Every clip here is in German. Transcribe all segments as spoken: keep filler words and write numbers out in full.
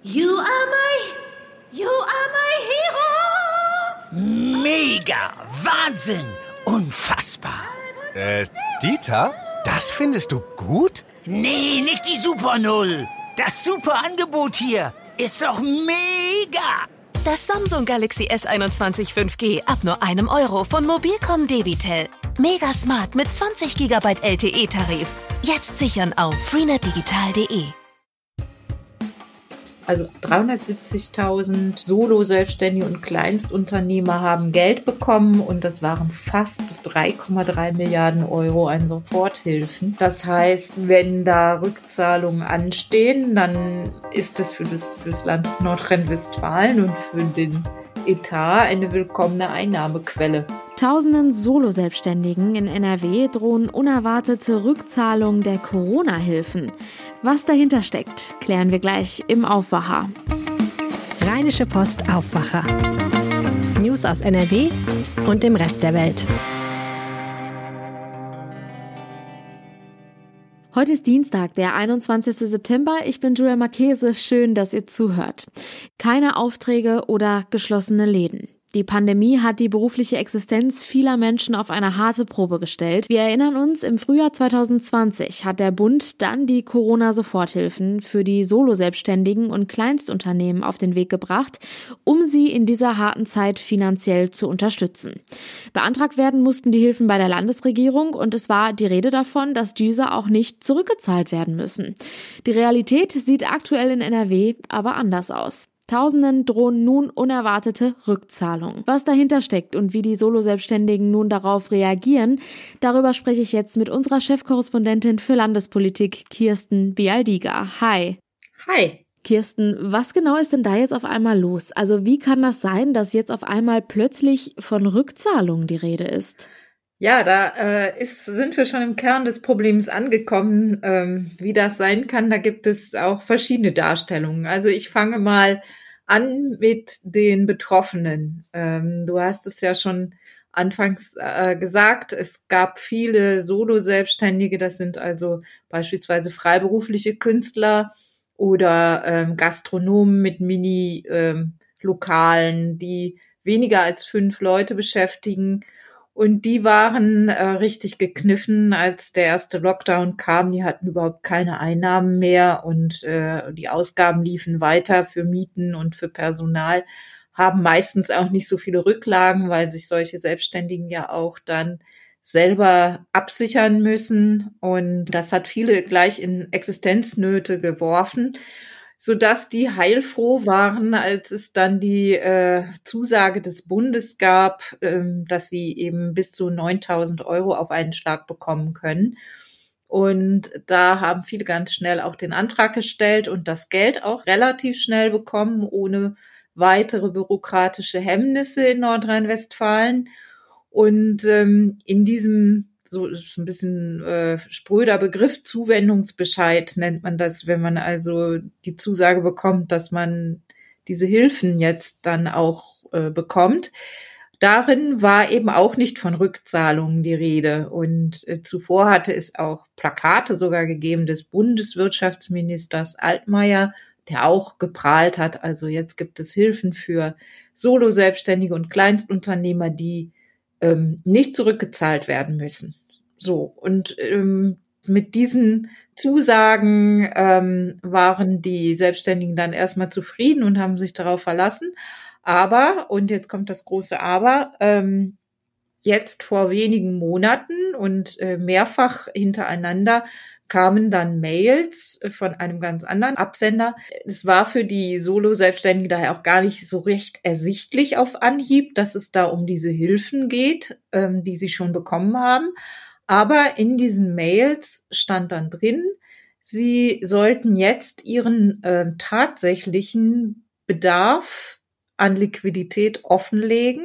You are my, you are my hero. Mega, Wahnsinn, unfassbar. Äh, Dieter, das findest du gut? Nee, nicht die Super Null. Das super Angebot hier ist doch mega. Das Samsung Galaxy S einundzwanzig fünf G ab nur einem Euro von Mobilcom Debitel. Mega smart mit zwanzig Gigabyte L T E-Tarif. Jetzt sichern auf freenet digital punkt de. Also dreihundertsiebzigtausend Solo-Selbstständige und Kleinstunternehmer haben Geld bekommen und das waren fast drei Komma drei Milliarden Euro an Soforthilfen. Das heißt, wenn da Rückzahlungen anstehen, dann ist das für das, für das Land Nordrhein-Westfalen und für den Etat eine willkommene Einnahmequelle. Tausenden Solo-Selbstständigen in N R W drohen unerwartete Rückzahlungen der Corona-Hilfen. Was dahinter steckt, klären wir gleich im Aufwacher. Rheinische Post Aufwacher. News aus N R W und dem Rest der Welt. Heute ist Dienstag, der einundzwanzigsten September. Ich bin Julia Marchese. Schön, dass ihr zuhört. Keine Aufträge oder geschlossene Läden. Die Pandemie hat die berufliche Existenz vieler Menschen auf eine harte Probe gestellt. Wir erinnern uns, im Frühjahr zwanzig zwanzig hat der Bund dann die Corona-Soforthilfen für die Solo-Selbstständigen und Kleinstunternehmen auf den Weg gebracht, um sie in dieser harten Zeit finanziell zu unterstützen. Beantragt werden mussten die Hilfen bei der Landesregierung und es war die Rede davon, dass diese auch nicht zurückgezahlt werden müssen. Die Realität sieht aktuell in N R W aber anders aus. Tausenden drohen nun unerwartete Rückzahlungen. Was dahinter steckt und wie die Solo-Selbstständigen nun darauf reagieren, darüber spreche ich jetzt mit unserer Chefkorrespondentin für Landespolitik, Kirsten Bialdiga. Hi. Hi. Kirsten, was genau ist denn da jetzt auf einmal los? Also wie kann das sein, dass jetzt auf einmal plötzlich von Rückzahlungen die Rede ist? Ja, da äh, ist, sind wir schon im Kern des Problems angekommen. Ähm, wie das sein kann, da gibt es auch verschiedene Darstellungen. Also ich fange mal an mit den Betroffenen. Ähm, du hast es ja schon anfangs äh, gesagt, es gab viele Solo-Selbstständige, das sind also beispielsweise freiberufliche Künstler oder ähm, Gastronomen mit Mini-Lokalen, ähm, die weniger als fünf Leute beschäftigen. Und die waren äh, richtig gekniffen, als der erste Lockdown kam. Die hatten überhaupt keine Einnahmen mehr und äh, die Ausgaben liefen weiter für Mieten und für Personal, haben meistens auch nicht so viele Rücklagen, weil sich solche Selbstständigen ja auch dann selber absichern müssen. Und das hat viele gleich in Existenznöte geworfen, sodass die heilfroh waren, als es dann die äh, Zusage des Bundes gab, ähm, dass sie eben bis zu neuntausend Euro auf einen Schlag bekommen können. Und da haben viele ganz schnell auch den Antrag gestellt und das Geld auch relativ schnell bekommen, ohne weitere bürokratische Hemmnisse in Nordrhein-Westfalen. Und ähm, in diesem so ist ein bisschen äh, spröder Begriff, Zuwendungsbescheid nennt man das, wenn man also die Zusage bekommt, dass man diese Hilfen jetzt dann auch äh, bekommt. Darin war eben auch nicht von Rückzahlungen die Rede. Und äh, zuvor hatte es auch Plakate sogar gegeben des Bundeswirtschaftsministers Altmaier, der auch geprahlt hat. Also jetzt gibt es Hilfen für Solo-Selbstständige und Kleinstunternehmer, die ähm, nicht zurückgezahlt werden müssen. So, und ähm, mit diesen Zusagen ähm, waren die Selbstständigen dann erstmal zufrieden und haben sich darauf verlassen. Aber, und jetzt kommt das große Aber, ähm, jetzt vor wenigen Monaten und äh, mehrfach hintereinander kamen dann Mails von einem ganz anderen Absender. Es war für die Solo-Selbstständigen daher auch gar nicht so recht ersichtlich auf Anhieb, dass es da um diese Hilfen geht, ähm, die sie schon bekommen haben. Aber in diesen Mails stand dann drin, sie sollten jetzt ihren äh, tatsächlichen Bedarf an Liquidität offenlegen.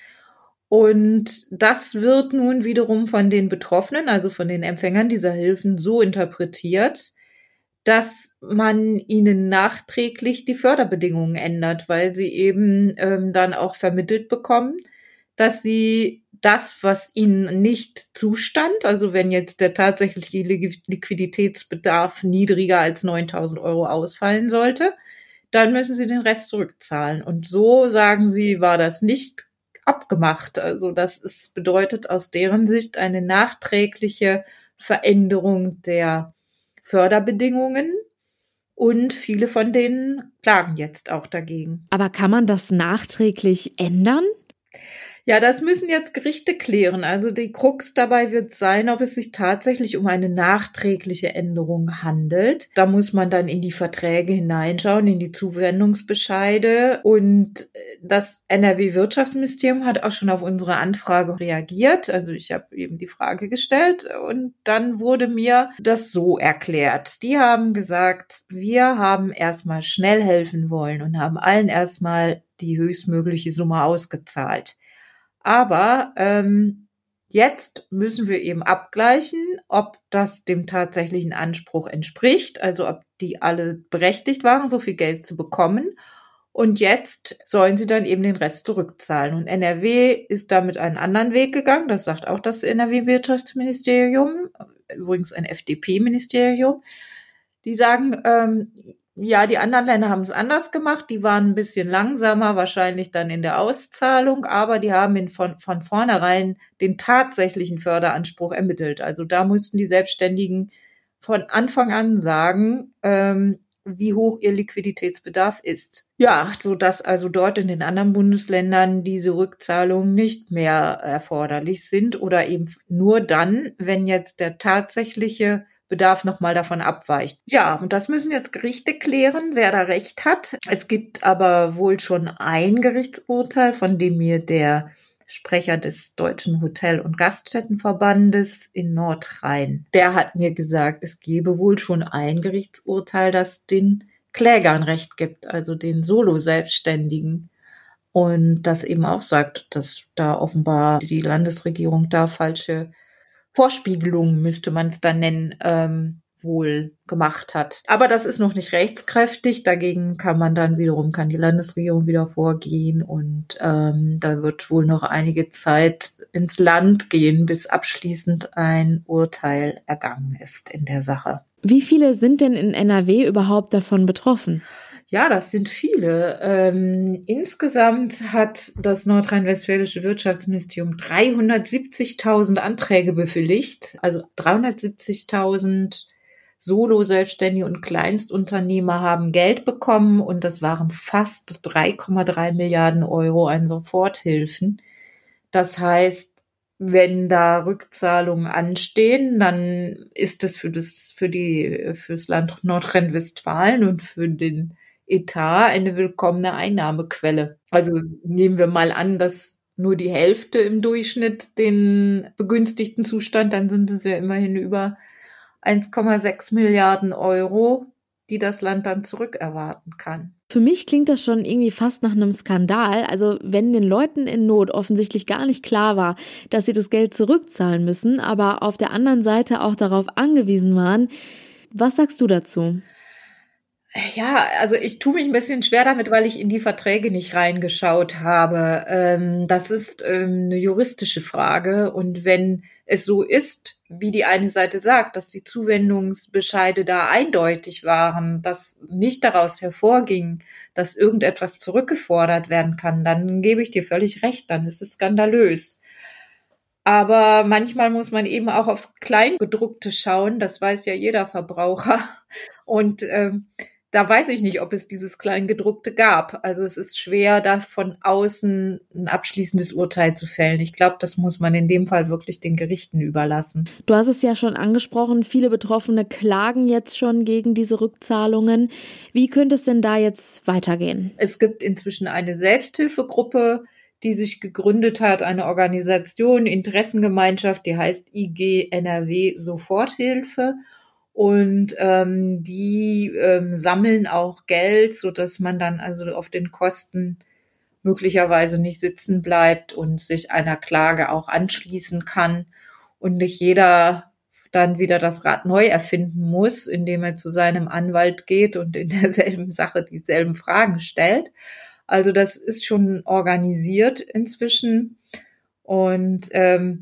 Und das wird nun wiederum von den Betroffenen, also von den Empfängern dieser Hilfen, so interpretiert, dass man ihnen nachträglich die Förderbedingungen ändert, weil sie eben ähm, dann auch vermittelt bekommen, dass sie das, was ihnen nicht zustand, also wenn jetzt der tatsächliche Liquiditätsbedarf niedriger als neuntausend Euro ausfallen sollte, dann müssen sie den Rest zurückzahlen. Und so, sagen sie, war das nicht abgemacht. Also das ist, bedeutet aus deren Sicht eine nachträgliche Veränderung der Förderbedingungen. Und viele von denen klagen jetzt auch dagegen. Aber kann man das nachträglich ändern? Ja, das müssen jetzt Gerichte klären. Also die Krux dabei wird sein, ob es sich tatsächlich um eine nachträgliche Änderung handelt. Da muss man dann in die Verträge hineinschauen, in die Zuwendungsbescheide. Und das N R W-Wirtschaftsministerium hat auch schon auf unsere Anfrage reagiert. Also ich habe eben die Frage gestellt und dann wurde mir das so erklärt. Die haben gesagt, wir haben erstmal schnell helfen wollen und haben allen erstmal die höchstmögliche Summe ausgezahlt. Aber ähm, jetzt müssen wir eben abgleichen, ob das dem tatsächlichen Anspruch entspricht, also ob die alle berechtigt waren, so viel Geld zu bekommen. Und jetzt sollen sie dann eben den Rest zurückzahlen. Und N R W ist damit einen anderen Weg gegangen, das sagt auch das N R W-Wirtschaftsministerium, übrigens ein F D P-Ministerium. Die sagen, ähm, ja, die anderen Länder haben es anders gemacht. Die waren ein bisschen langsamer, wahrscheinlich dann in der Auszahlung, aber die haben in von, von vornherein den tatsächlichen Förderanspruch ermittelt. Also da mussten die Selbstständigen von Anfang an sagen, ähm, wie hoch ihr Liquiditätsbedarf ist. Ja, so dass also dort in den anderen Bundesländern diese Rückzahlungen nicht mehr erforderlich sind oder eben nur dann, wenn jetzt der tatsächliche Bedarf nochmal davon abweicht. Ja, und das müssen jetzt Gerichte klären, wer da Recht hat. Es gibt aber wohl schon ein Gerichtsurteil, von dem mir der Sprecher des Deutschen Hotel- und Gaststättenverbandes in Nordrhein, der hat mir gesagt, es gebe wohl schon ein Gerichtsurteil, das den Klägern Recht gibt, also den Solo-Selbstständigen. Und das eben auch sagt, dass da offenbar die Landesregierung da falsche Vorspiegelung, müsste man es dann nennen, ähm, wohl gemacht hat. Aber das ist noch nicht rechtskräftig. Dagegen kann man dann wiederum, kann die Landesregierung wieder vorgehen. Und ähm, da wird wohl noch einige Zeit ins Land gehen, bis abschließend ein Urteil ergangen ist in der Sache. Wie viele sind denn in N R W überhaupt davon betroffen? Ja, das sind viele. Ähm, insgesamt hat das nordrhein-westfälische Wirtschaftsministerium dreihundertsiebzigtausend Anträge bewilligt. Also dreihundertsiebzigtausend Solo-Selbstständige und Kleinstunternehmer haben Geld bekommen und das waren fast drei Komma drei Milliarden Euro an Soforthilfen. Das heißt, wenn da Rückzahlungen anstehen, dann ist das für das, für die, fürs Land Nordrhein-Westfalen und für den Etat eine willkommene Einnahmequelle. Also nehmen wir mal an, dass nur die Hälfte im Durchschnitt den begünstigten Zustand, dann sind es ja immerhin über eins Komma sechs Milliarden Euro, die das Land dann zurückerwarten kann. Für mich klingt das schon irgendwie fast nach einem Skandal. Also wenn den Leuten in Not offensichtlich gar nicht klar war, dass sie das Geld zurückzahlen müssen, aber auf der anderen Seite auch darauf angewiesen waren. Was sagst du dazu? Ja, also ich tue mich ein bisschen schwer damit, weil ich in die Verträge nicht reingeschaut habe. Ähm, das ist ähm, eine juristische Frage. Und wenn es so ist, wie die eine Seite sagt, dass die Zuwendungsbescheide da eindeutig waren, dass nicht daraus hervorging, dass irgendetwas zurückgefordert werden kann, dann gebe ich dir völlig recht, dann ist es skandalös. Aber manchmal muss man eben auch aufs Kleingedruckte schauen, das weiß ja jeder Verbraucher. Und ähm, da weiß ich nicht, ob es dieses Kleingedruckte gab. Also es ist schwer, da von außen ein abschließendes Urteil zu fällen. Ich glaube, das muss man in dem Fall wirklich den Gerichten überlassen. Du hast es ja schon angesprochen, viele Betroffene klagen jetzt schon gegen diese Rückzahlungen. Wie könnte es denn da jetzt weitergehen? Es gibt inzwischen eine Selbsthilfegruppe, die sich gegründet hat, eine Organisation, Interessengemeinschaft, die heißt I G N R W Soforthilfe. Und ähm, die ähm, sammeln auch Geld, so dass man dann also auf den Kosten möglicherweise nicht sitzen bleibt und sich einer Klage auch anschließen kann und nicht jeder dann wieder das Rad neu erfinden muss, indem er zu seinem Anwalt geht und in derselben Sache dieselben Fragen stellt. Also das ist schon organisiert inzwischen und ähm,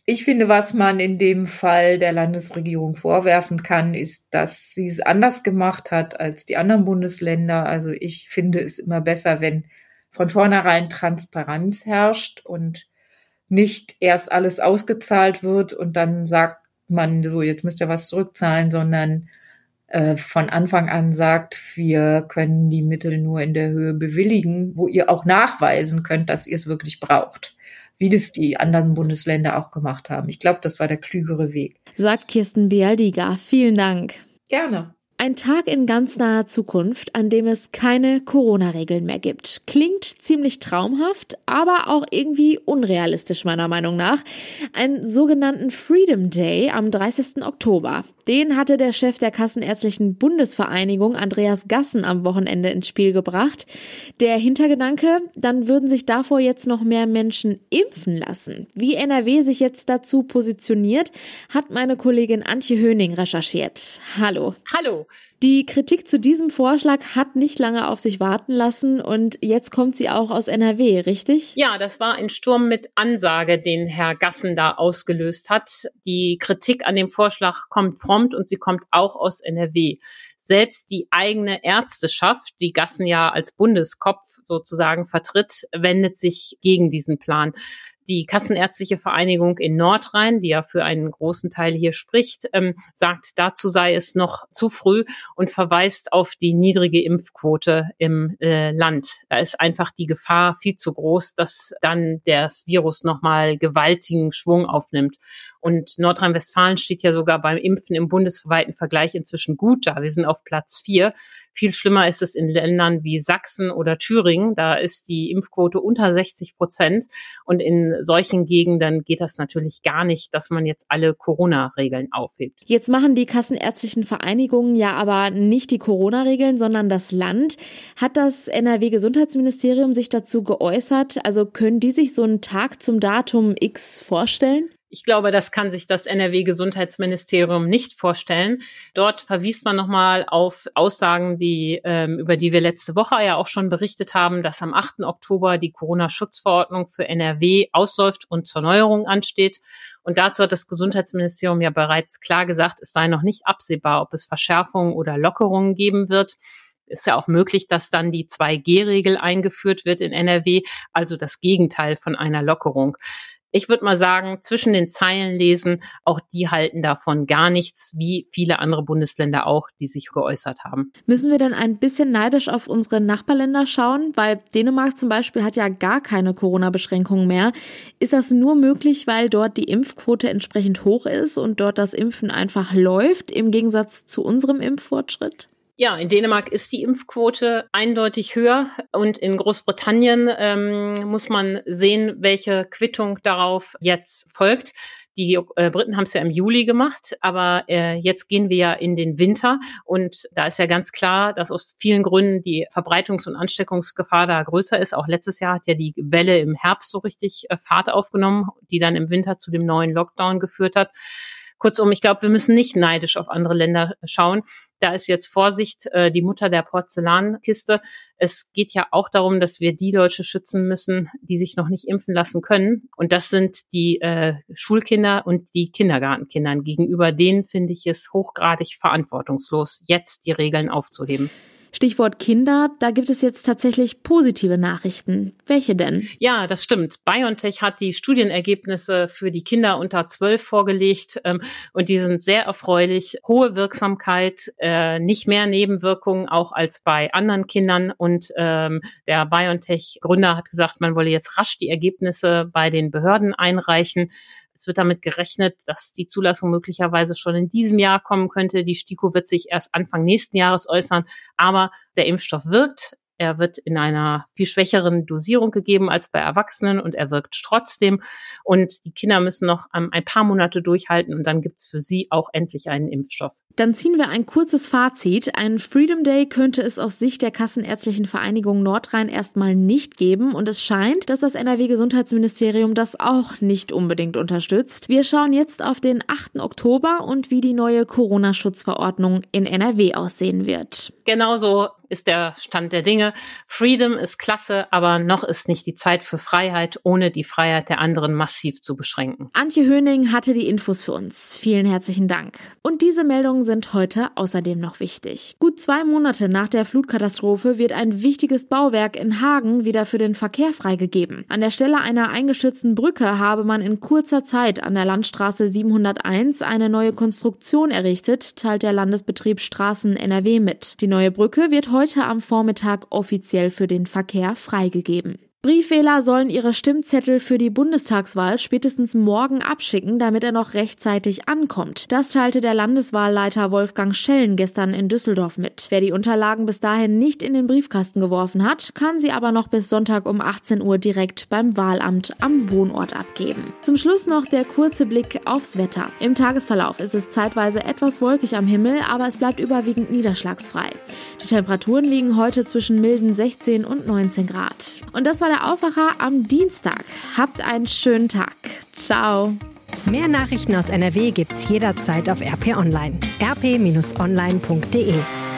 Ich finde, was man in dem Fall der Landesregierung vorwerfen kann, ist, dass sie es anders gemacht hat als die anderen Bundesländer. Also ich finde es immer besser, wenn von vornherein Transparenz herrscht und nicht erst alles ausgezahlt wird und dann sagt man so, jetzt müsst ihr was zurückzahlen, sondern äh, von Anfang an sagt, wir können die Mittel nur in der Höhe bewilligen, wo ihr auch nachweisen könnt, dass ihr es wirklich braucht. Wie das die anderen Bundesländer auch gemacht haben. Ich glaube, das war der klügere Weg. Sagt Kirsten Bialdiga. Vielen Dank. Gerne. Ein Tag in ganz naher Zukunft, an dem es keine Corona-Regeln mehr gibt. Klingt ziemlich traumhaft, aber auch irgendwie unrealistisch meiner Meinung nach. Einen sogenannten Freedom Day am dreißigsten Oktober. Den hatte der Chef der Kassenärztlichen Bundesvereinigung, Andreas Gassen, am Wochenende ins Spiel gebracht. Der Hintergedanke, dann würden sich davor jetzt noch mehr Menschen impfen lassen. Wie N R W sich jetzt dazu positioniert, hat meine Kollegin Antje Höning recherchiert. Hallo. Hallo. Die Kritik zu diesem Vorschlag hat nicht lange auf sich warten lassen und jetzt kommt sie auch aus N R W, richtig? Ja, das war ein Sturm mit Ansage, den Herr Gassen da ausgelöst hat. Die Kritik an dem Vorschlag kommt prompt und sie kommt auch aus N R W. Selbst die eigene Ärzteschaft, die Gassen ja als Bundeskopf sozusagen vertritt, wendet sich gegen diesen Plan. Die Kassenärztliche Vereinigung in Nordrhein, die ja für einen großen Teil hier spricht, ähm, sagt, dazu sei es noch zu früh und verweist auf die niedrige Impfquote im äh, Land. Da ist einfach die Gefahr viel zu groß, dass dann das Virus nochmal gewaltigen Schwung aufnimmt. Und Nordrhein-Westfalen steht ja sogar beim Impfen im bundesweiten Vergleich inzwischen gut da. Wir sind auf Platz vier. Viel schlimmer ist es in Ländern wie Sachsen oder Thüringen. Da ist die Impfquote unter sechzig Prozent. Und in solchen Gegenden geht das natürlich gar nicht, dass man jetzt alle Corona-Regeln aufhebt. Jetzt machen die kassenärztlichen Vereinigungen ja aber nicht die Corona-Regeln, sondern das Land. Hat das N R W-Gesundheitsministerium sich dazu geäußert? Also können die sich so einen Tag zum Datum X vorstellen? Ich glaube, das kann sich das N R W-Gesundheitsministerium nicht vorstellen. Dort verwies man nochmal auf Aussagen, die ähm, über die wir letzte Woche ja auch schon berichtet haben, dass am achten Oktober die Corona-Schutzverordnung für N R W ausläuft und zur Neuerung ansteht. Und dazu hat das Gesundheitsministerium ja bereits klar gesagt, es sei noch nicht absehbar, ob es Verschärfungen oder Lockerungen geben wird. Ist ja auch möglich, dass dann die zwei G Regel eingeführt wird in N R W, also das Gegenteil von einer Lockerung. Ich würde mal sagen, zwischen den Zeilen lesen, auch die halten davon gar nichts, wie viele andere Bundesländer auch, die sich geäußert haben. Müssen wir denn ein bisschen neidisch auf unsere Nachbarländer schauen? Weil Dänemark zum Beispiel hat ja gar keine Corona-Beschränkungen mehr. Ist das nur möglich, weil dort die Impfquote entsprechend hoch ist und dort das Impfen einfach läuft, im Gegensatz zu unserem Impffortschritt? Ja, in Dänemark ist die Impfquote eindeutig höher und in Großbritannien ähm, muss man sehen, welche Quittung darauf jetzt folgt. Die äh, Briten haben es ja im Juli gemacht, aber äh, jetzt gehen wir ja in den Winter und da ist ja ganz klar, dass aus vielen Gründen die Verbreitungs- und Ansteckungsgefahr da größer ist. Auch letztes Jahr hat ja die Welle im Herbst so richtig äh, Fahrt aufgenommen, die dann im Winter zu dem neuen Lockdown geführt hat. Kurzum, ich glaube, wir müssen nicht neidisch auf andere Länder schauen. Da ist jetzt Vorsicht, äh, die Mutter der Porzellankiste. Es geht ja auch darum, dass wir die Leute schützen müssen, die sich noch nicht impfen lassen können. Und das sind die äh, Schulkinder und die Kindergartenkinder. Gegenüber denen finde ich es hochgradig verantwortungslos, jetzt die Regeln aufzuheben. Stichwort Kinder, da gibt es jetzt tatsächlich positive Nachrichten. Welche denn? Ja, das stimmt. BioNTech hat die Studienergebnisse für die Kinder unter zwölf vorgelegt ähm, und die sind sehr erfreulich. Hohe Wirksamkeit, äh, nicht mehr Nebenwirkungen, auch als bei anderen Kindern. Und ähm, der BioNTech-Gründer hat gesagt, man wolle jetzt rasch die Ergebnisse bei den Behörden einreichen. Es wird damit gerechnet, dass die Zulassung möglicherweise schon in diesem Jahr kommen könnte. Die STIKO wird sich erst Anfang nächsten Jahres äußern. Aber der Impfstoff wirkt. Er wird in einer viel schwächeren Dosierung gegeben als bei Erwachsenen und er wirkt trotzdem. Und die Kinder müssen noch ein paar Monate durchhalten und dann gibt es für sie auch endlich einen Impfstoff. Dann ziehen wir ein kurzes Fazit. Einen Freedom Day könnte es aus Sicht der Kassenärztlichen Vereinigung Nordrhein erstmal nicht geben. Und es scheint, dass das N R W-Gesundheitsministerium das auch nicht unbedingt unterstützt. Wir schauen jetzt auf den achten Oktober und wie die neue Corona-Schutzverordnung in N R W aussehen wird. Genauso ist der Stand der Dinge. mir, Freedom ist klasse, aber noch ist nicht die Zeit für Freiheit, ohne die Freiheit der anderen massiv zu beschränken. Antje Höning hatte die Infos für uns. Vielen herzlichen Dank. Und diese Meldungen sind heute außerdem noch wichtig. Gut zwei Monate nach der Flutkatastrophe wird ein wichtiges Bauwerk in Hagen wieder für den Verkehr freigegeben. An der Stelle einer eingestürzten Brücke habe man in kurzer Zeit an der Landstraße siebenhunderteins eine neue Konstruktion errichtet, teilt der Landesbetrieb Straßen N R W mit. Die neue Brücke wird heute am Vormittag offiziell für den Verkehr freigegeben. Briefwähler sollen ihre Stimmzettel für die Bundestagswahl spätestens morgen abschicken, damit er noch rechtzeitig ankommt. Das teilte der Landeswahlleiter Wolfgang Schellen gestern in Düsseldorf mit. Wer die Unterlagen bis dahin nicht in den Briefkasten geworfen hat, kann sie aber noch bis Sonntag um achtzehn Uhr direkt beim Wahlamt am Wohnort abgeben. Zum Schluss noch der kurze Blick aufs Wetter. Im Tagesverlauf ist es zeitweise etwas wolkig am Himmel, aber es bleibt überwiegend niederschlagsfrei. Die Temperaturen liegen heute zwischen milden sechzehn und neunzehn Grad. Und das war der Aufwacher am Dienstag. Habt einen schönen Tag. Ciao. Mehr Nachrichten aus N R W gibt's jederzeit auf R P Online. r p Bindestrich online punkt d e